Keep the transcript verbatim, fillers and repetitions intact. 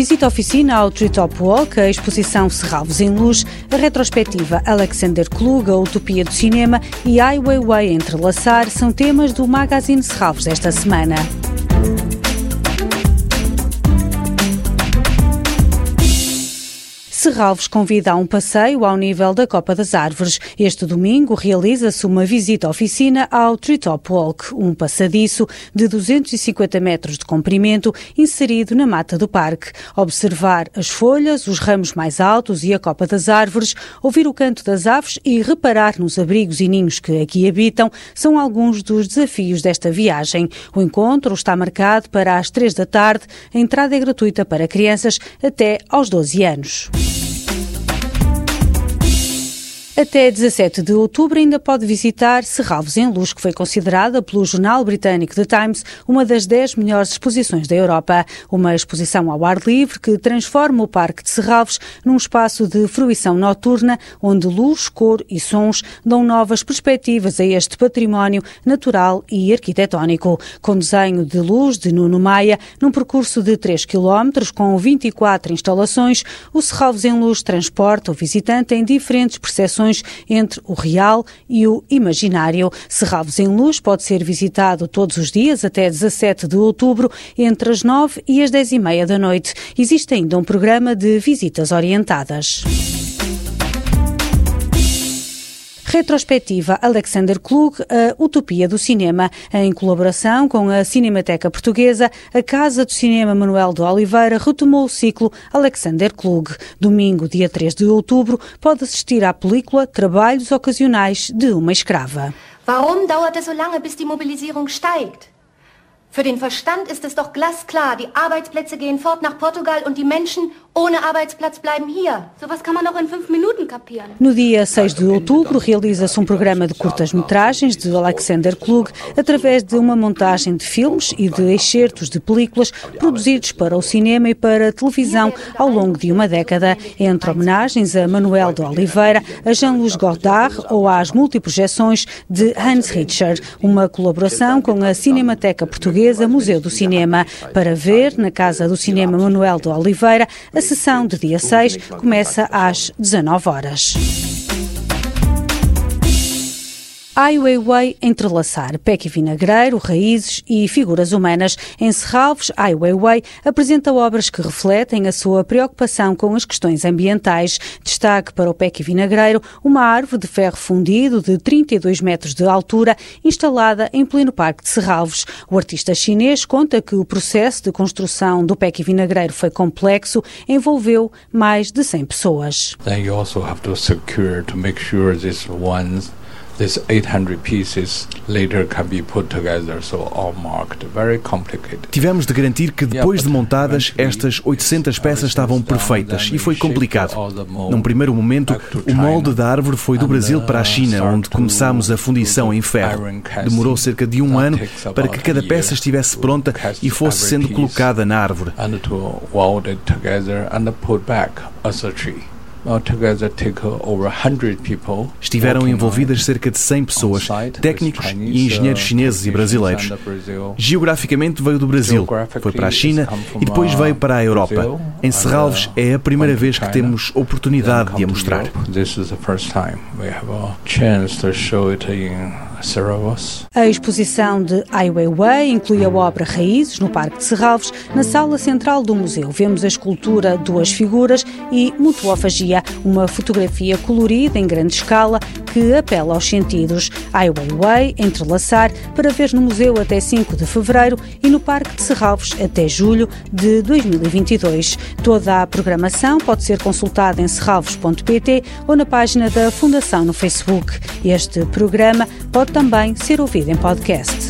visita oficina ao Treetop Walk, a exposição Serralvos em Luz, a retrospectiva Alexander Klug, a utopia do cinema e Ai Weiwei entrelaçar são temas do Magazine Serralvos desta semana. Serralvos convida a um passeio ao nível da Copa das Árvores. Este domingo realiza-se uma visita-oficina ao Treetop Walk, um passadiço de duzentos e cinquenta metros de comprimento inserido na mata do parque. Observar as folhas, os ramos mais altos e a Copa das Árvores, ouvir o canto das aves e reparar nos abrigos e ninhos que aqui habitam são alguns dos desafios desta viagem. O encontro está marcado para as três da tarde. A entrada é gratuita para crianças até aos doze anos. Até dezassete de outubro ainda pode visitar Serralvos em Luz, que foi considerada pelo jornal britânico The Times uma das dez melhores exposições da Europa. Uma exposição ao ar livre que transforma o Parque de Serralvos num espaço de fruição noturna, onde luz, cor e sons dão novas perspectivas a este património natural e arquitetónico. Com desenho de luz de Nuno Maia, num percurso de três quilómetros com vinte e quatro instalações, o Serralvos em Luz transporta o visitante em diferentes percepções entre o real e o imaginário. Serralvos em Luz pode ser visitado todos os dias até dezassete de outubro, entre as nove e as dez e meia da noite. Existe ainda um programa de visitas orientadas. Retrospectiva Alexander Klug, a utopia do cinema. Em colaboração com a Cinemateca Portuguesa, a Casa do Cinema Manuel de Oliveira retomou o ciclo Alexander Klug. Domingo, dia três de outubro, pode assistir à película Trabalhos Ocasionais de uma Escrava. Warum dauert es so lange, bis die Mobilisierung steigt? Für den Verstand ist es doch glasklar, die Arbeitsplätze gehen fort nach Portugal und die Menschen ohne Arbeitsplatz bleiben hier. Sowas kann man noch in fünf Minuten kapieren. No dia seis de outubro realiza-se um programa de curtas-metragens de Alexander Klug através de uma montagem de filmes e de excertos de películas produzidos para o cinema e para a televisão ao longo de uma década, entre homenagens a Manuel de Oliveira, a Jean-Louis Godard ou às multiprojeções de Hans Richter, uma colaboração com a Cinemateca Portuguesa Museu do Cinema. Para ver, na Casa do Cinema Manuel de Oliveira, a sessão de dia seis começa às dezanove horas. Ai Weiwei entrelaçar Peque Vinagreiro, raízes e figuras humanas. Em Serralvos, Ai Weiwei apresenta obras que refletem a sua preocupação com as questões ambientais. Destaque para o Peque Vinagreiro, uma árvore de ferro fundido de trinta e dois metros de altura, instalada em pleno Parque de Serralvos. O artista chinês conta que o processo de construção do Peque Vinagreiro foi complexo, envolveu mais de cem pessoas. Then you also have to secure to make sure this ones These eight hundred pieces later can be put together, so all marked. Very complicated. Tivemos de garantir que depois de montadas, estas oitocentas peças estavam perfeitas e foi complicado. Num primeiro momento, o molde da árvore foi do Brasil para a China, onde começámos a fundição em ferro. Demorou cerca de um ano para que cada peça estivesse pronta e fosse sendo colocada na árvore. Estiveram envolvidas cerca de cem pessoas, técnicos e engenheiros chineses e brasileiros. Geograficamente veio do Brasil, foi para a China e depois veio para a Europa. Em Serralvos é a primeira vez que temos oportunidade de a mostrar. A exposição de Ai Weiwei inclui a obra Raízes, no Parque de Serralvos. Na sala central do museu vemos a escultura Duas Figuras e Mutuofagia, uma fotografia colorida em grande escala que apela aos sentidos. Ai Weiwei entrelaçar para ver no museu até cinco de fevereiro e no Parque de Serralvos até julho de dois mil e vinte e dois. Toda a programação pode ser consultada em serralvos ponto pt ou na página da Fundação no Facebook. Este programa pode também ser ouvido em podcast.